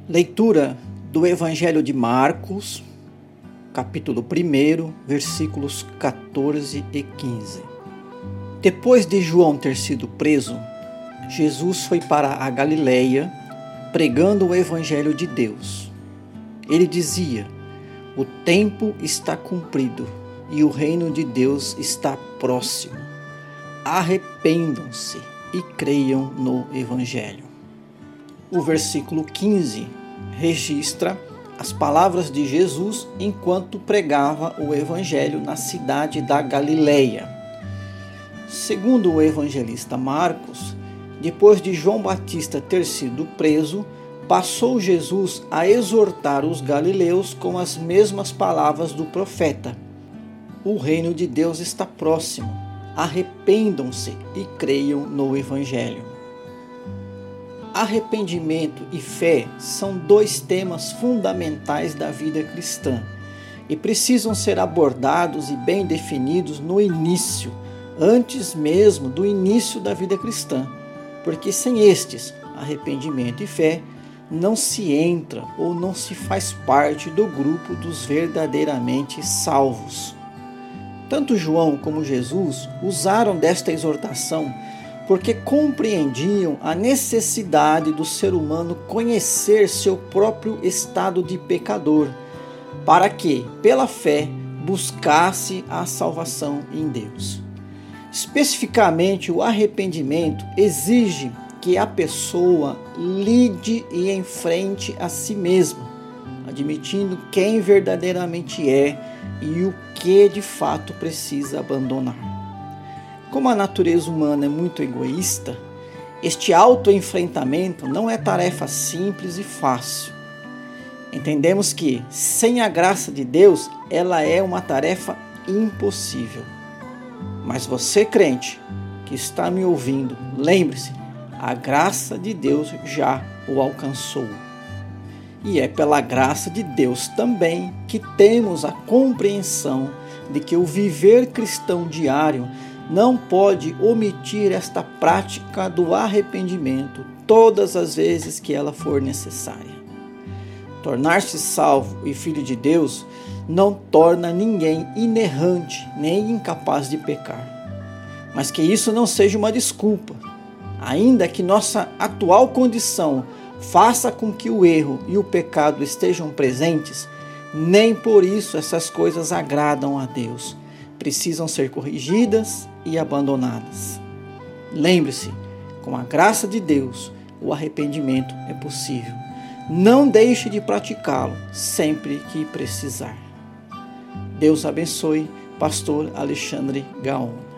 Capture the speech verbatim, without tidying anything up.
Leitura do Evangelho de Marcos, capítulo um, versículos quatorze e quinze. Depois de João ter sido preso, Jesus foi para a Galileia, pregando o Evangelho de Deus. Ele dizia: o tempo está cumprido e o reino de Deus está próximo. Arrependam-se e creiam no Evangelho. O versículo quinze registra as palavras de Jesus enquanto pregava o Evangelho na cidade da Galileia. Segundo o evangelista Marcos, depois de João Batista ter sido preso, passou Jesus a exortar os galileus com as mesmas palavras do profeta: o reino de Deus está próximo, arrependam-se e creiam no Evangelho. Arrependimento e fé são dois temas fundamentais da vida cristã e precisam ser abordados e bem definidos no início, antes mesmo do início da vida cristã, porque sem estes, arrependimento e fé, não se entra ou não se faz parte do grupo dos verdadeiramente salvos. Tanto João como Jesus usaram desta exortação porque compreendiam a necessidade do ser humano conhecer seu próprio estado de pecador, para que, pela fé, buscasse a salvação em Deus. Especificamente, o arrependimento exige que a pessoa lide e enfrente a si mesma, admitindo quem verdadeiramente é e o que de fato precisa abandonar. Como a natureza humana é muito egoísta, este autoenfrentamento não é tarefa simples e fácil. Entendemos que, sem a graça de Deus, ela é uma tarefa impossível. Mas você, crente, que está me ouvindo, lembre-se, a graça de Deus já o alcançou. E é pela graça de Deus também que temos a compreensão de que o viver cristão diário não pode omitir esta prática do arrependimento todas as vezes que ela for necessária. Tornar-se salvo e filho de Deus não torna ninguém inerrante nem incapaz de pecar. Mas que isso não seja uma desculpa, ainda que nossa atual condição faça com que o erro e o pecado estejam presentes, nem por isso essas coisas agradam a Deus. Precisam ser corrigidas e abandonadas. Lembre-se, com a graça de Deus, o arrependimento é possível. Não deixe de praticá-lo sempre que precisar. Deus abençoe, Pastor Alexandre Gaon.